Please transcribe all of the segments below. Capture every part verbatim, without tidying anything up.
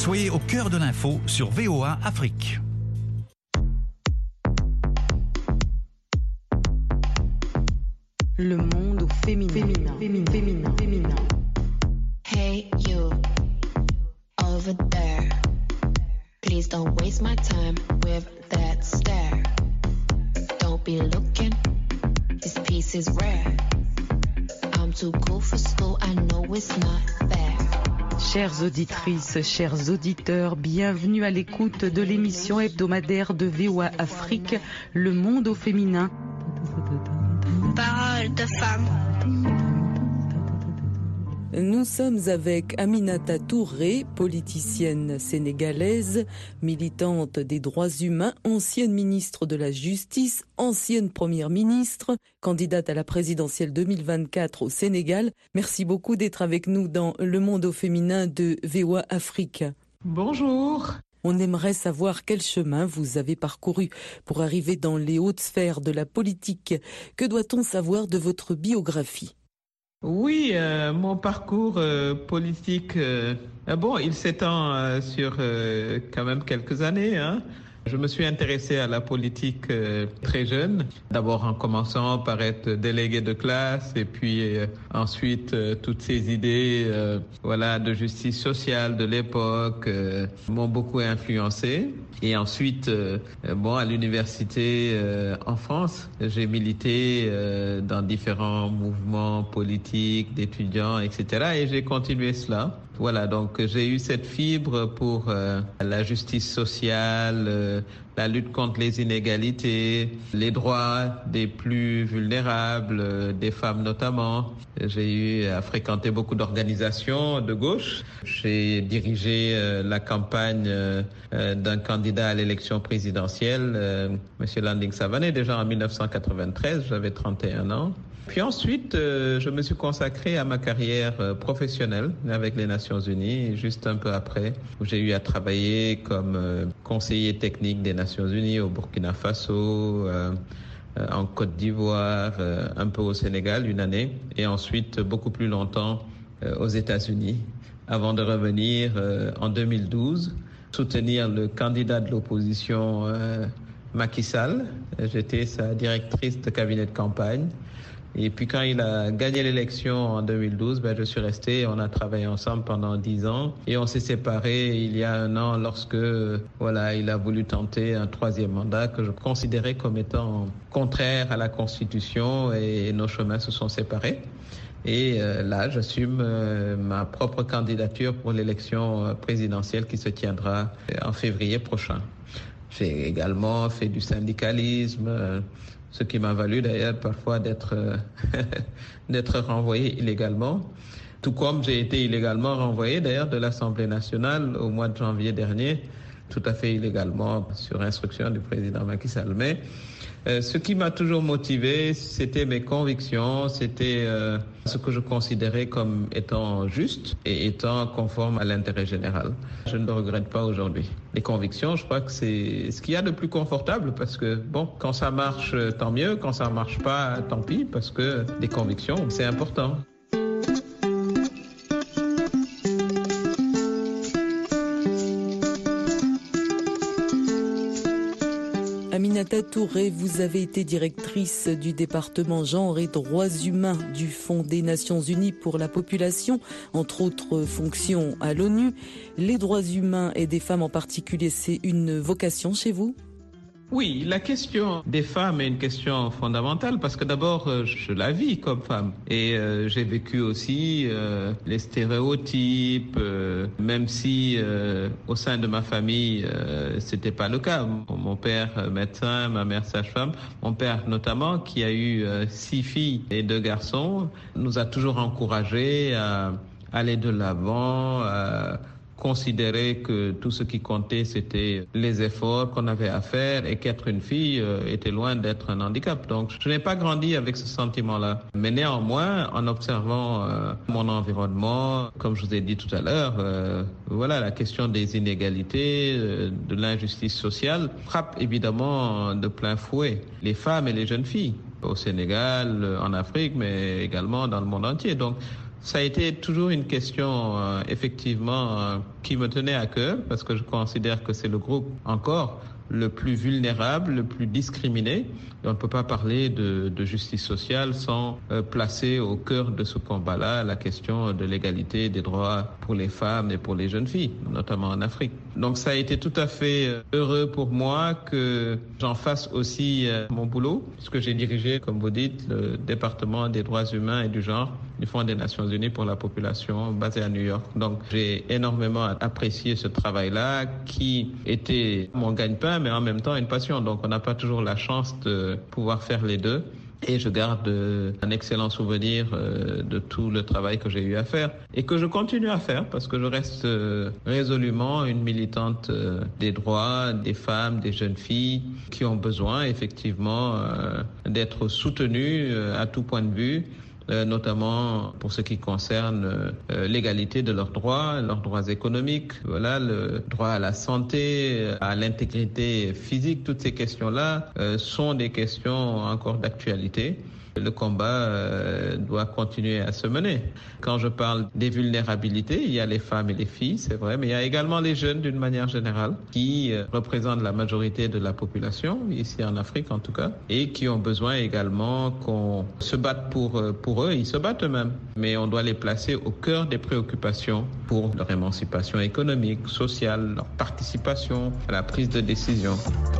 Soyez au cœur de l'info sur V O A Afrique. Le monde au féminin. Féminin. Féminin. Féminin. Féminin. Hey you, over there. Please don't waste my time with that stare. Don't be looking, this piece is rare. I'm too cool for school, I know it's not fair. Chères auditrices, chers auditeurs, bienvenue à l'écoute de l'émission hebdomadaire de V O A Afrique, Le monde au féminin. Parole de femme. Nous sommes avec Aminata Touré, politicienne sénégalaise, militante des droits humains, ancienne ministre de la Justice, ancienne première ministre, candidate à la présidentielle deux mille vingt-quatre au Sénégal. Merci beaucoup d'être avec nous dans Le monde au féminin de V O A Afrique. Bonjour. On aimerait savoir quel chemin vous avez parcouru pour arriver dans les hautes sphères de la politique. Que doit-on savoir de votre biographie ? Oui, euh, mon parcours euh, politique, euh, bon, il s'étend euh, sur euh, quand même quelques années, hein. Je me suis intéressé à la politique euh, très jeune, d'abord en commençant par être délégué de classe et puis euh, ensuite euh, toutes ces idées euh, voilà, de justice sociale de l'époque euh, m'ont beaucoup influencé. Et ensuite, euh, bon, à l'université euh, en France, j'ai milité euh, dans différents mouvements politiques, d'étudiants, et cetera. Et j'ai continué cela. Voilà, donc j'ai eu cette fibre pour euh, la justice sociale, euh, la lutte contre les inégalités, les droits des plus vulnérables, euh, des femmes notamment. J'ai eu à fréquenter beaucoup d'organisations de gauche. J'ai dirigé euh, la campagne euh, d'un candidat à l'élection présidentielle, euh, M. Landing Savané, déjà en dix-neuf cent quatre-vingt-treize, j'avais trente et un ans. Puis ensuite, euh, je me suis consacré à ma carrière euh, professionnelle avec les Nations Unies, juste un peu après, où j'ai eu à travailler comme euh, conseiller technique des Nations Unies au Burkina Faso, euh, euh, en Côte d'Ivoire, euh, un peu au Sénégal une année, et ensuite beaucoup plus longtemps euh, aux États-Unis, avant de revenir euh, en deux mille douze, soutenir le candidat de l'opposition euh, Macky Sall. J'étais sa directrice de cabinet de campagne. Et puis quand il a gagné l'élection en deux mille douze, ben je suis resté, on a travaillé ensemble pendant dix ans et on s'est séparés il y a un an lorsque voilà, il a voulu tenter un troisième mandat que je considérais comme étant contraire à la Constitution et nos chemins se sont séparés. Et euh, là, j'assume euh, ma propre candidature pour l'élection présidentielle qui se tiendra en février prochain. J'ai également fait du syndicalisme, euh, ce qui m'a valu d'ailleurs parfois d'être euh, d'être renvoyé illégalement, tout comme j'ai été illégalement renvoyé d'ailleurs de l'Assemblée nationale au mois de janvier dernier, tout à fait illégalement sur instruction du président Macky Sall. Mais euh, ce qui m'a toujours motivé, c'était mes convictions, c'était euh, ce que je considérais comme étant juste et étant conforme à l'intérêt général. Je ne le regrette pas aujourd'hui. Les convictions, je crois que c'est ce qu'il y a de plus confortable parce que, bon, quand ça marche, tant mieux. Quand ça ne marche pas, tant pis, parce que les convictions, c'est important. Aminata Touré, vous avez été directrice du département genre et droits humains du Fonds des Nations Unies pour la population, entre autres fonctions à l'ONU. Les droits humains et des femmes en particulier, c'est une vocation chez vous ? Oui, la question des femmes est une question fondamentale parce que d'abord, je la vis comme femme et euh, j'ai vécu aussi euh, les stéréotypes, euh, même si euh, au sein de ma famille, euh, c'était pas le cas. Mon père médecin, ma mère sage-femme, mon père notamment, qui a eu euh, six filles et deux garçons, nous a toujours encouragés à aller de l'avant, à considérer que tout ce qui comptait, c'était les efforts qu'on avait à faire et qu'être une fille euh, était loin d'être un handicap. Donc, je n'ai pas grandi avec ce sentiment-là. Mais néanmoins, en observant euh, mon environnement, comme je vous ai dit tout à l'heure, euh, voilà, la question des inégalités, euh, de l'injustice sociale frappe évidemment de plein fouet les femmes et les jeunes filles au Sénégal, en Afrique, mais également dans le monde entier. Donc, Ça a été toujours une question, euh, effectivement, euh, qui me tenait à cœur, parce que je considère que c'est le groupe encore le plus vulnérable, le plus discriminé. Et on ne peut pas parler de, de justice sociale sans euh, placer au cœur de ce combat-là la question de l'égalité des droits pour les femmes et pour les jeunes filles, notamment en Afrique. Donc ça a été tout à fait heureux pour moi que j'en fasse aussi euh, mon boulot, puisque j'ai dirigé, comme vous dites, le département des droits humains et du genre du Fonds des Nations Unies pour la population basé à New York. Donc j'ai énormément apprécié ce travail-là qui était mon gagne-pain, mais en même temps une passion. Donc on n'a pas toujours la chance de pouvoir faire les deux. Et je garde euh, un excellent souvenir euh, de tout le travail que j'ai eu à faire et que je continue à faire parce que je reste euh, résolument une militante euh, des droits des femmes, des jeunes filles qui ont besoin effectivement euh, d'être soutenues euh, à tout point de vue. Euh, notamment pour ce qui concerne euh, l'égalité de leurs droits, leurs droits économiques, voilà, le droit à la santé, à l'intégrité physique, toutes ces questions-là euh, sont des questions encore d'actualité. Le combat euh, doit continuer à se mener. Quand je parle des vulnérabilités, il y a les femmes et les filles, c'est vrai, mais il y a également les jeunes d'une manière générale qui euh, représentent la majorité de la population, ici en Afrique en tout cas, et qui ont besoin également qu'on se batte pour, euh, pour eux. Ils se battent eux-mêmes, mais on doit les placer au cœur des préoccupations pour leur émancipation économique, sociale, leur participation à la prise de décision.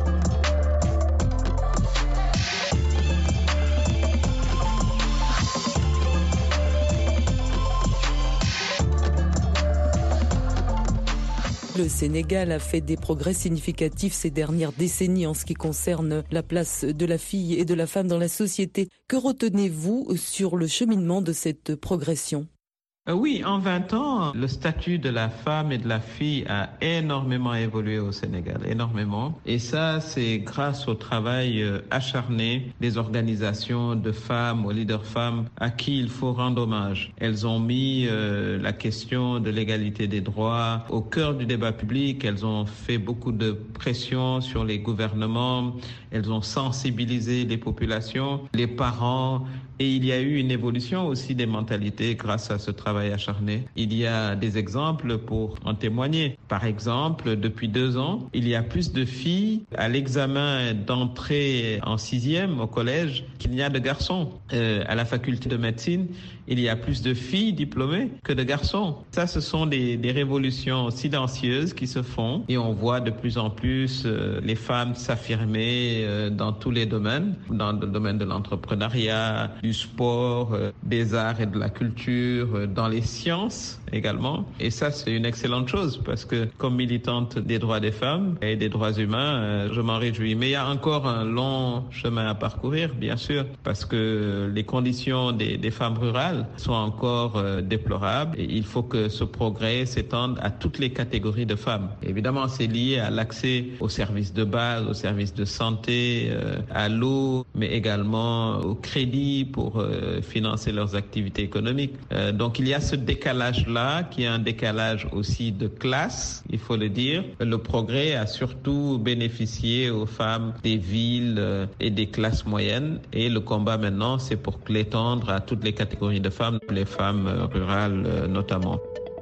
Le Sénégal a fait des progrès significatifs ces dernières décennies en ce qui concerne la place de la fille et de la femme dans la société. Que retenez-vous sur le cheminement de cette progression ? Oui, en vingt ans, le statut de la femme et de la fille a énormément évolué au Sénégal, énormément. Et ça, c'est grâce au travail acharné des organisations de femmes, aux leaders femmes, à qui il faut rendre hommage. Elles ont mis euh, la question de l'égalité des droits au cœur du débat public. Elles ont fait beaucoup de pression sur les gouvernements. Elles ont sensibilisé les populations, les parents. Et il y a eu une évolution aussi des mentalités grâce à ce travail acharné. Il y a des exemples pour en témoigner. Par exemple, depuis deux ans, il y a plus de filles à l'examen d'entrée en sixième au collège qu'il n'y a de garçons. Euh, à la faculté de médecine, il y a plus de filles diplômées que de garçons. Ça, ce sont des, des révolutions silencieuses qui se font et on voit de plus en plus euh, les femmes s'affirmer euh, dans tous les domaines, dans le domaine de l'entrepreneuriat, du sport, euh, des arts et de la culture, euh, dans les sciences également. Et ça, c'est une excellente chose parce que comme militante des droits des femmes et des droits humains, euh, je m'en réjouis. Mais il y a encore un long chemin à parcourir, bien sûr, parce que les conditions des, des femmes rurales sont encore euh, déplorables et il faut que ce progrès s'étende à toutes les catégories de femmes. Évidemment, c'est lié à l'accès aux services de base, aux services de santé, euh, à l'eau, mais également au crédit pour euh, financer leurs activités économiques. Euh, donc il y a ce décalage-là qui est un décalage aussi de classe, il faut le dire. Le progrès a surtout bénéficié aux femmes des villes euh, et des classes moyennes et le combat maintenant, c'est pour l'étendre à toutes les catégories de femmes, les femmes rurales euh, notamment.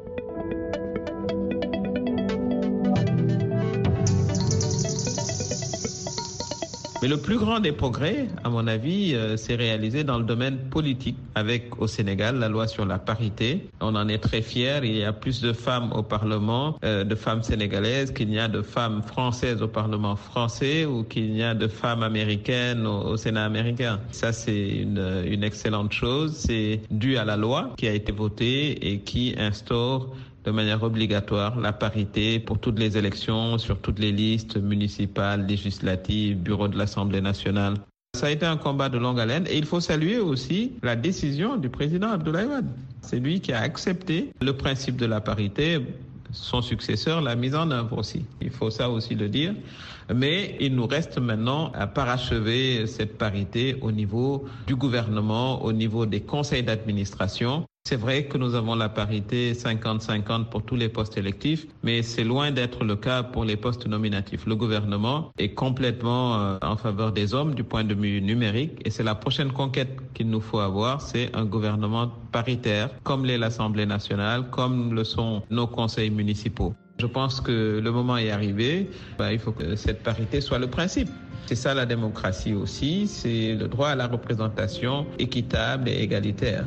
Mais le plus grand des progrès, à mon avis, euh, s'est réalisé dans le domaine politique avec au Sénégal la loi sur la parité. On en est très fiers. Il y a plus de femmes au Parlement, euh, de femmes sénégalaises qu'il n'y a de femmes françaises au Parlement français ou qu'il n'y a de femmes américaines au, au Sénat américain. Ça, c'est une, une excellente chose. C'est dû à la loi qui a été votée et qui instaure de manière obligatoire la parité pour toutes les élections, sur toutes les listes municipales, législatives, bureau de l'Assemblée nationale. Ça a été un combat de longue haleine et il faut saluer aussi la décision du président Abdoulaye Wade. C'est lui qui a accepté le principe de la parité. Son successeur l'a mise en œuvre aussi. Il faut ça aussi le dire. Mais il nous reste maintenant à parachever cette parité au niveau du gouvernement, au niveau des conseils d'administration. C'est vrai que nous avons la parité cinquante cinquante pour tous les postes électifs, mais c'est loin d'être le cas pour les postes nominatifs. Le gouvernement est complètement en faveur des hommes du point de vue numérique et c'est la prochaine conquête qu'il nous faut avoir, c'est un gouvernement paritaire, comme l'est l'Assemblée nationale, comme le sont nos conseils municipaux. Je pense que le moment est arrivé, ben, il faut que cette parité soit le principe. C'est ça la démocratie aussi, c'est le droit à la représentation équitable et égalitaire.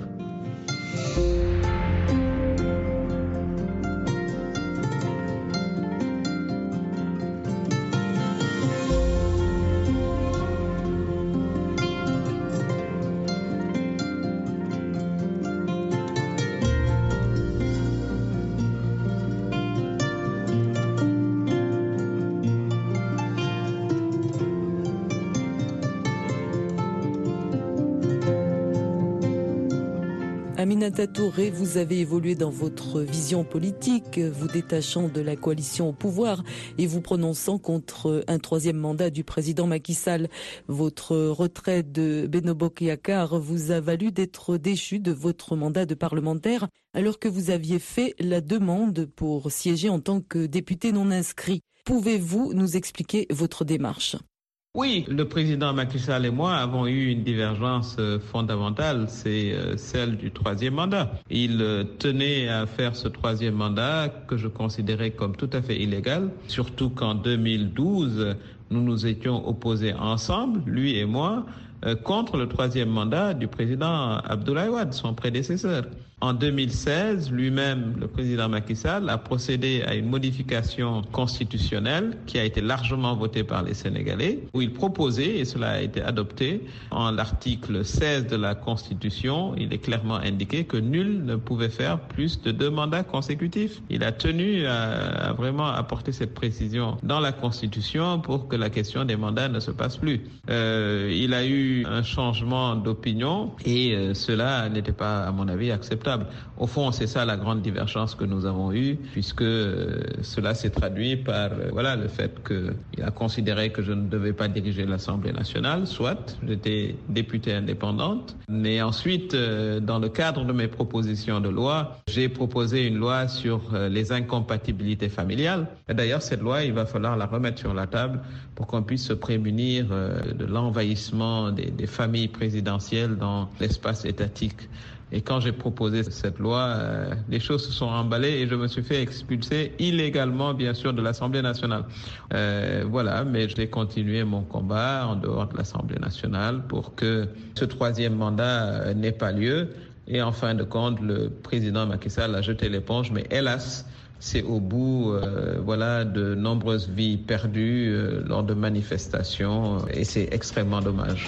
Aminata Touré, vous avez évolué dans votre vision politique, vous détachant de la coalition au pouvoir et vous prononçant contre un troisième mandat du président Macky Sall. Votre retrait de Benno Bokk Yakaar vous a valu d'être déchu de votre mandat de parlementaire alors que vous aviez fait la demande pour siéger en tant que député non inscrit. Pouvez-vous nous expliquer votre démarche ? Oui, le président Macky Sall et moi avons eu une divergence fondamentale, c'est celle du troisième mandat. Il tenait à faire ce troisième mandat que je considérais comme tout à fait illégal, surtout qu'en deux mille douze, nous nous étions opposés ensemble, lui et moi, contre le troisième mandat du président Abdoulaye Wade, son prédécesseur. En deux mille seize, lui-même, le président Macky Sall, a procédé à une modification constitutionnelle qui a été largement votée par les Sénégalais, où il proposait, et cela a été adopté, en l'article seize de la Constitution, il est clairement indiqué que nul ne pouvait faire plus de deux mandats consécutifs. Il a tenu à, à vraiment apporter cette précision dans la Constitution pour que la question des mandats ne se passe plus. Euh, il a eu un changement d'opinion et euh, cela n'était pas, à mon avis, acceptable. Au fond, c'est ça la grande divergence que nous avons eue, puisque euh, cela s'est traduit par euh, voilà, le fait qu'il a considéré que je ne devais pas diriger l'Assemblée nationale, soit j'étais députée indépendante, mais ensuite, euh, dans le cadre de mes propositions de loi, j'ai proposé une loi sur euh, les incompatibilités familiales. Et d'ailleurs, cette loi, il va falloir la remettre sur la table pour qu'on puisse se prémunir euh, de l'envahissement des, des familles présidentielles dans l'espace étatique. Et quand j'ai proposé cette loi, euh, les choses se sont emballées et je me suis fait expulser illégalement, bien sûr, de l'Assemblée nationale. Euh, voilà, mais je vais continuer mon combat en dehors de l'Assemblée nationale pour que ce troisième mandat euh, n'ait pas lieu. Et en fin de compte, le président Macky Sall a jeté l'éponge, mais hélas, c'est au bout euh, voilà, de nombreuses vies perdues euh, lors de manifestations et c'est extrêmement dommage.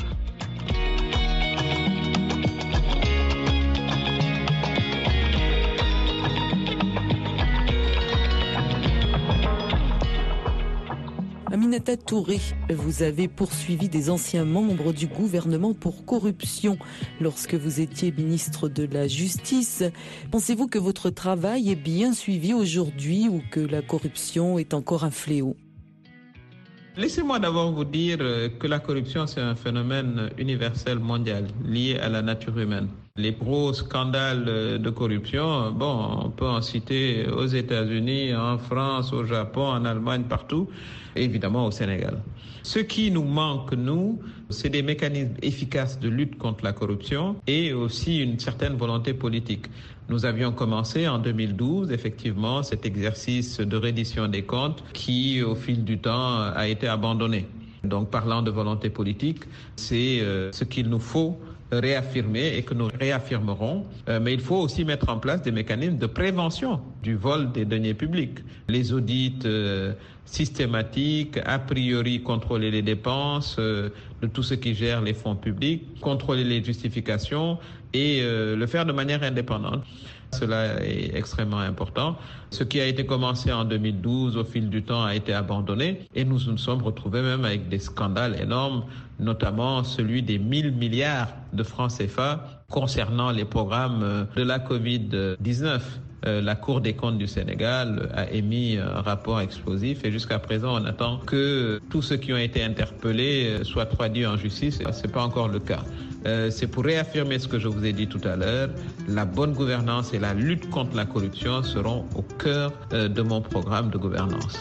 Aminata Touré, vous avez poursuivi des anciens membres du gouvernement pour corruption lorsque vous étiez ministre de la Justice. Pensez-vous que votre travail est bien suivi aujourd'hui ou que la corruption est encore un fléau ? Laissez-moi d'abord vous dire que la corruption, c'est un phénomène universel mondial lié à la nature humaine. Les gros scandales de corruption, bon, on peut en citer aux États-Unis, en France, au Japon, en Allemagne, partout, et évidemment au Sénégal. Ce qui nous manque, nous, c'est des mécanismes efficaces de lutte contre la corruption et aussi une certaine volonté politique. Nous avions commencé en deux mille douze, effectivement, cet exercice de reddition des comptes qui, au fil du temps, a été abandonné. Donc, parlant de volonté politique, c'est euh, ce qu'il nous faut réaffirmer et que nous réaffirmerons. Euh, mais il faut aussi mettre en place des mécanismes de prévention du vol des deniers publics. Les audits euh, systématiques, a priori contrôler les dépenses euh, de tout ce qui gère les fonds publics, contrôler les justifications et euh, le faire de manière indépendante. Cela est extrêmement important. Ce qui a été commencé en deux mille douze, au fil du temps, a été abandonné et nous nous sommes retrouvés même avec des scandales énormes, notamment celui des mille milliards de francs C F A concernant les programmes de la covid dix-neuf. euh, la Cour des comptes du Sénégal a émis un rapport explosif et jusqu'à présent, on attend que tous ceux qui ont été interpellés soient traduits en justice. Ce n'est pas encore le cas. Euh, c'est pour réaffirmer ce que je vous ai dit tout à l'heure. La bonne gouvernance et la lutte contre la corruption seront au cœur euh, de mon programme de gouvernance.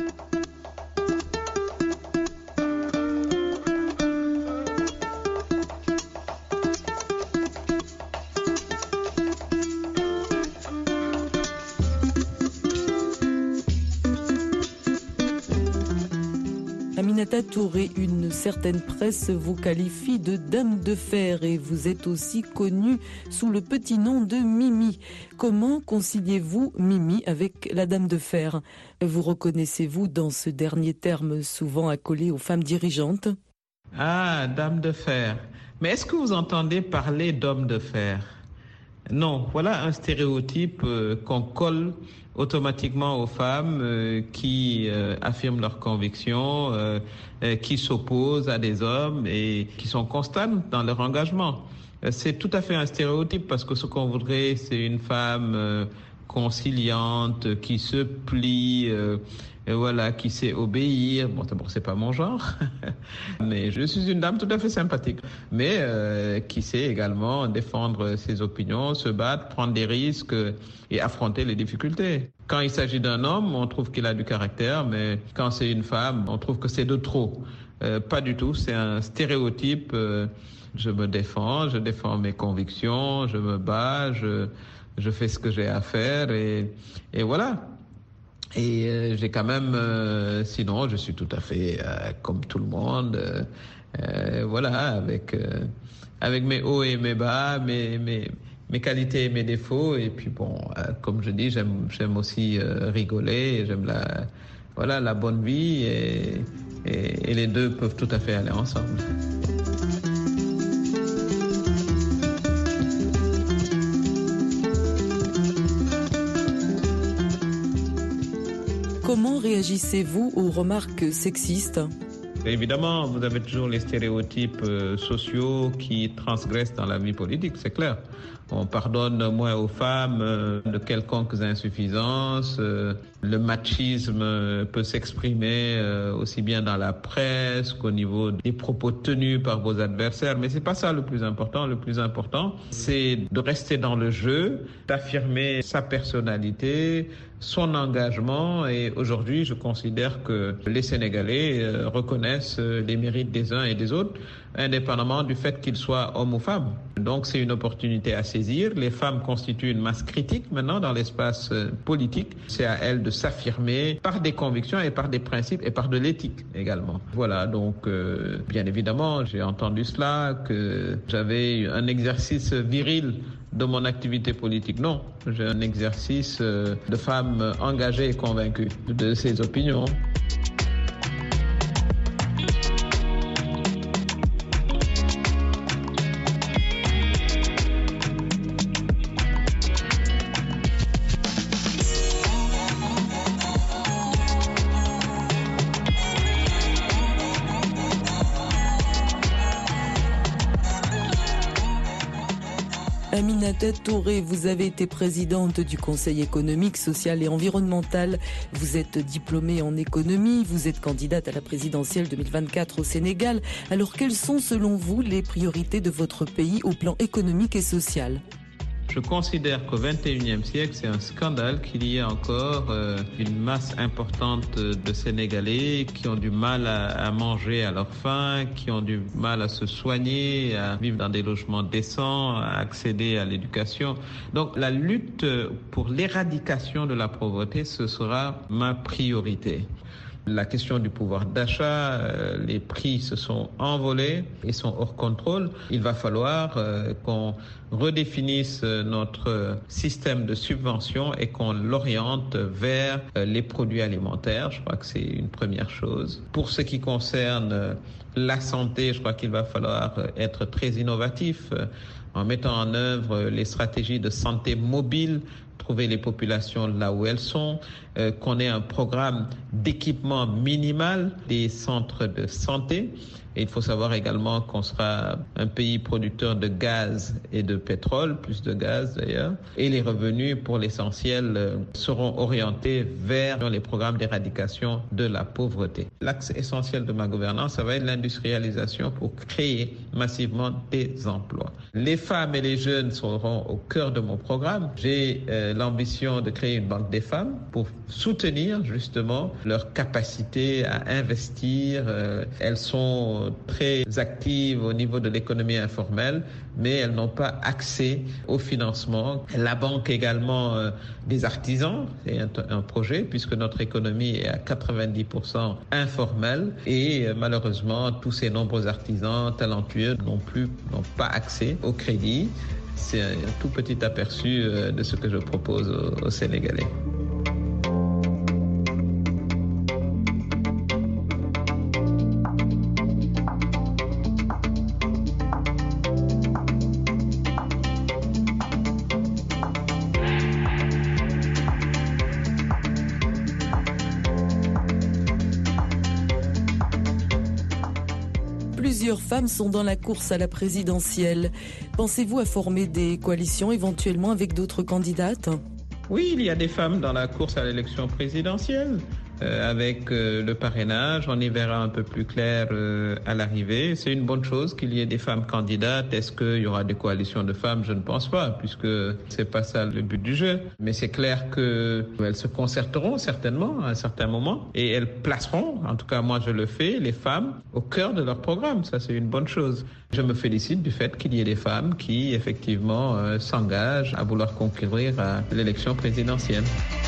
Aminata Touré, une certaine presse vous qualifie de dame de fer et vous êtes aussi connue sous le petit nom de Mimi. Comment conciliez-vous Mimi avec la dame de fer? Vous reconnaissez-vous dans ce dernier terme souvent accolé aux femmes dirigeantes? Ah, dame de fer. Mais est-ce que vous entendez parler d'homme de fer? Non, voilà un stéréotype euh, qu'on colle automatiquement aux femmes euh, qui euh, affirment leurs convictions, euh, euh, qui s'opposent à des hommes et qui sont constantes dans leur engagement. Euh, c'est tout à fait un stéréotype parce que ce qu'on voudrait, c'est une femme euh, conciliante, qui se plie, euh, et voilà, qui sait obéir. Bon, d'abord, c'est pas mon genre, mais je suis une dame tout à fait sympathique, mais euh, qui sait également défendre ses opinions, se battre, prendre des risques et affronter les difficultés. Quand il s'agit d'un homme, on trouve qu'il a du caractère, mais quand c'est une femme, on trouve que c'est de trop. Euh, pas du tout, c'est un stéréotype. Euh, je me défends, je défends mes convictions, je me bats, je, je fais ce que j'ai à faire et, et voilà. Et euh, j'ai quand même, euh, sinon, je suis tout à fait euh, comme tout le monde, euh, euh, voilà, avec euh, avec mes hauts et mes bas, mes mes mes qualités et mes défauts. Et puis bon, euh, comme je dis, j'aime j'aime aussi euh, rigoler, j'aime la voilà la bonne vie et, et et les deux peuvent tout à fait aller ensemble. Comment réagissez-vous aux remarques sexistes? Évidemment, vous avez toujours les stéréotypes euh, sociaux qui transgressent dans la vie politique, c'est clair. On pardonne moins aux femmes euh, de quelconques insuffisances. Euh, le machisme euh, peut s'exprimer euh, aussi bien dans la presse qu'au niveau des propos tenus par vos adversaires. Mais c'est pas ça le plus important. Le plus important, c'est de rester dans le jeu, d'affirmer sa personnalité, son engagement. Et aujourd'hui, je considère que les Sénégalais euh, reconnaissent les mérites des uns et des autres, indépendamment du fait qu'ils soient hommes ou femmes. Donc c'est une opportunité à saisir. Les femmes constituent une masse critique maintenant dans l'espace politique. C'est à elles de s'affirmer par des convictions et par des principes et par de l'éthique également. Voilà, donc euh, bien évidemment, j'ai entendu cela, que j'avais un exercice viril de mon activité politique. Non, j'ai un exercice de femme engagée et convaincue de ses opinions. Aminata Touré, vous avez été présidente du Conseil économique, social et environnemental. Vous êtes diplômée en économie, vous êtes candidate à la présidentielle deux mille vingt-quatre au Sénégal. Alors quelles sont selon vous les priorités de votre pays au plan économique et social ? Je considère qu'au vingt et unième siècle, c'est un scandale qu'il y ait encore euh, une masse importante de Sénégalais qui ont du mal à, à manger à leur faim, qui ont du mal à se soigner, à vivre dans des logements décents, à accéder à l'éducation. Donc la lutte pour l'éradication de la pauvreté, ce sera ma priorité. La question du pouvoir d'achat, euh, les prix se sont envolés et sont hors contrôle. Il va falloir euh, qu'on redéfinisse notre système de subvention et qu'on l'oriente vers euh, les produits alimentaires. Je crois que c'est une première chose. Pour ce qui concerne euh, la santé, je crois qu'il va falloir être très innovatif euh, en mettant en œuvre les stratégies de santé mobile trouver les populations là où elles sont, euh, qu'on ait un programme d'équipement minimal des centres de santé. Et il faut savoir également qu'on sera un pays producteur de gaz et de pétrole, plus de gaz d'ailleurs. Et les revenus, pour l'essentiel, euh, seront orientés vers les programmes d'éradication de la pauvreté. L'axe essentiel de ma gouvernance, ça va être l'industrialisation pour créer massivement des emplois. Les femmes et les jeunes seront au cœur de mon programme. J'ai euh, l'ambition de créer une banque des femmes pour soutenir justement leur capacité à investir. Euh, elles sont très actives au niveau de l'économie informelle, mais elles n'ont pas accès au financement. La banque également euh, des artisans, c'est un, un projet puisque notre économie est à quatre-vingt-dix pour cent informelle et euh, malheureusement tous ces nombreux artisans talentueux n'ont plus, n'ont pas accès au crédit. C'est un tout petit aperçu euh, de ce que je propose aux, aux Sénégalais. Plusieurs femmes sont dans la course à la présidentielle. Pensez-vous à former des coalitions éventuellement avec d'autres candidates ? Oui, il y a des femmes dans la course à l'élection présidentielle. Euh, avec euh, le parrainage, on y verra un peu plus clair euh, à l'arrivée. C'est une bonne chose qu'il y ait des femmes candidates. Est-ce qu'il y aura des coalitions de femmes ? Je ne pense pas, puisque c'est pas ça le but du jeu. Mais c'est clair qu'elles se concerteront certainement à un certain moment et elles placeront, en tout cas moi je le fais, les femmes au cœur de leur programme. Ça, c'est une bonne chose. Je me félicite du fait qu'il y ait des femmes qui, effectivement, euh, s'engagent à vouloir concourir à l'élection présidentielle.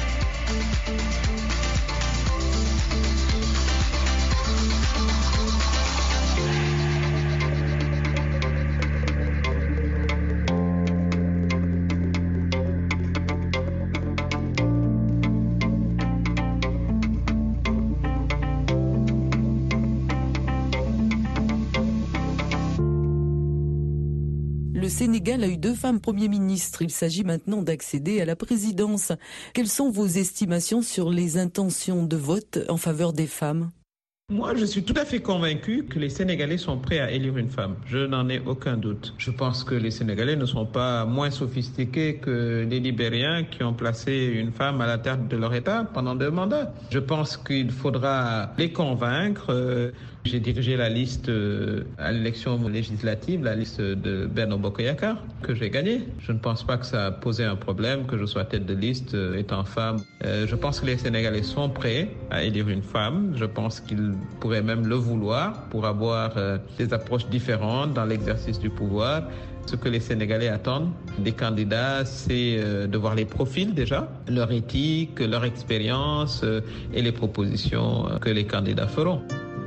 Le Sénégal a eu deux femmes premiers ministres. Il s'agit maintenant d'accéder à la présidence. Quelles sont vos estimations sur les intentions de vote en faveur des femmes ? Moi, je suis tout à fait convaincu que les Sénégalais sont prêts à élire une femme. Je n'en ai aucun doute. Je pense que les Sénégalais ne sont pas moins sophistiqués que les Libériens qui ont placé une femme à la tête de leur État pendant deux mandats. Je pense qu'il faudra les convaincre. J'ai dirigé la liste à l'élection législative, la liste de Benno Bokk Yakaar, que j'ai gagnée. Je ne pense pas que ça a posé un problème, que je sois tête de liste étant femme. Euh, je pense que les Sénégalais sont prêts à élire une femme. Je pense qu'ils pourraient même le vouloir pour avoir euh, des approches différentes dans l'exercice du pouvoir. Ce que les Sénégalais attendent des candidats, c'est euh, de voir les profils déjà, leur éthique, leur expérience euh, et les propositions que les candidats feront.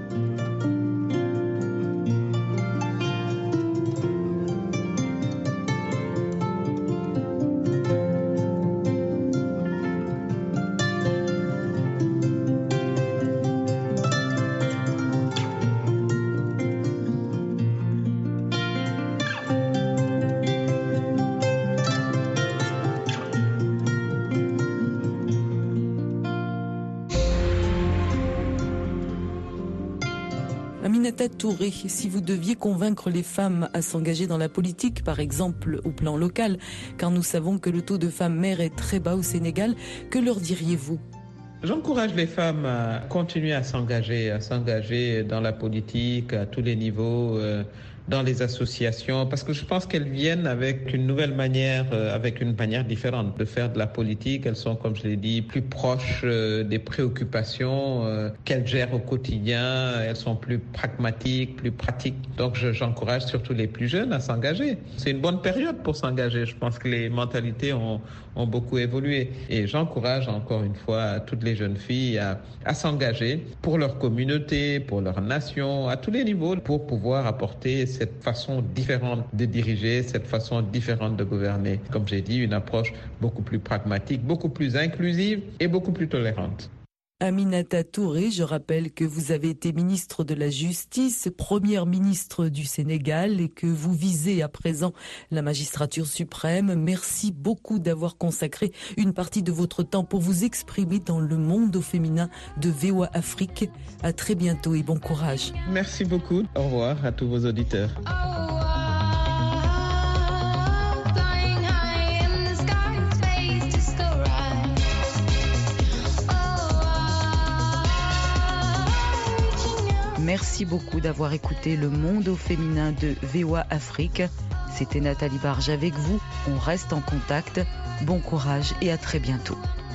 Aminata Touré, si vous deviez convaincre les femmes à s'engager dans la politique, par exemple au plan local, car nous savons que le taux de femmes maires est très bas au Sénégal, que leur diriez-vous ? J'encourage les femmes à continuer à s'engager, à s'engager dans la politique à tous les niveaux, euh, dans les associations, parce que je pense qu'elles viennent avec une nouvelle manière, euh, avec une manière différente de faire de la politique. Elles sont, comme je l'ai dit, plus proches euh, des préoccupations euh, qu'elles gèrent au quotidien. Elles sont plus pragmatiques, plus pratiques. Donc je, j'encourage surtout les plus jeunes à s'engager. C'est une bonne période pour s'engager. Je pense que les mentalités ont, ont beaucoup évolué. Et j'encourage encore une fois toutes les jeunes filles à, à s'engager pour leur communauté, pour leur nation, à tous les niveaux, pour pouvoir apporter cette façon différente de diriger, cette façon différente de gouverner. Comme j'ai dit, une approche beaucoup plus pragmatique, beaucoup plus inclusive et beaucoup plus tolérante. Aminata Touré, je rappelle que vous avez été ministre de la Justice, première ministre du Sénégal et que vous visez à présent la magistrature suprême. Merci beaucoup d'avoir consacré une partie de votre temps pour vous exprimer dans le monde au féminin de V O A Afrique. À très bientôt et bon courage. Merci beaucoup. Au revoir à tous vos auditeurs. Merci beaucoup d'avoir écouté Le Monde au féminin de V O A Afrique. C'était Nathalie Barge avec vous. On reste en contact. Bon courage et à très bientôt.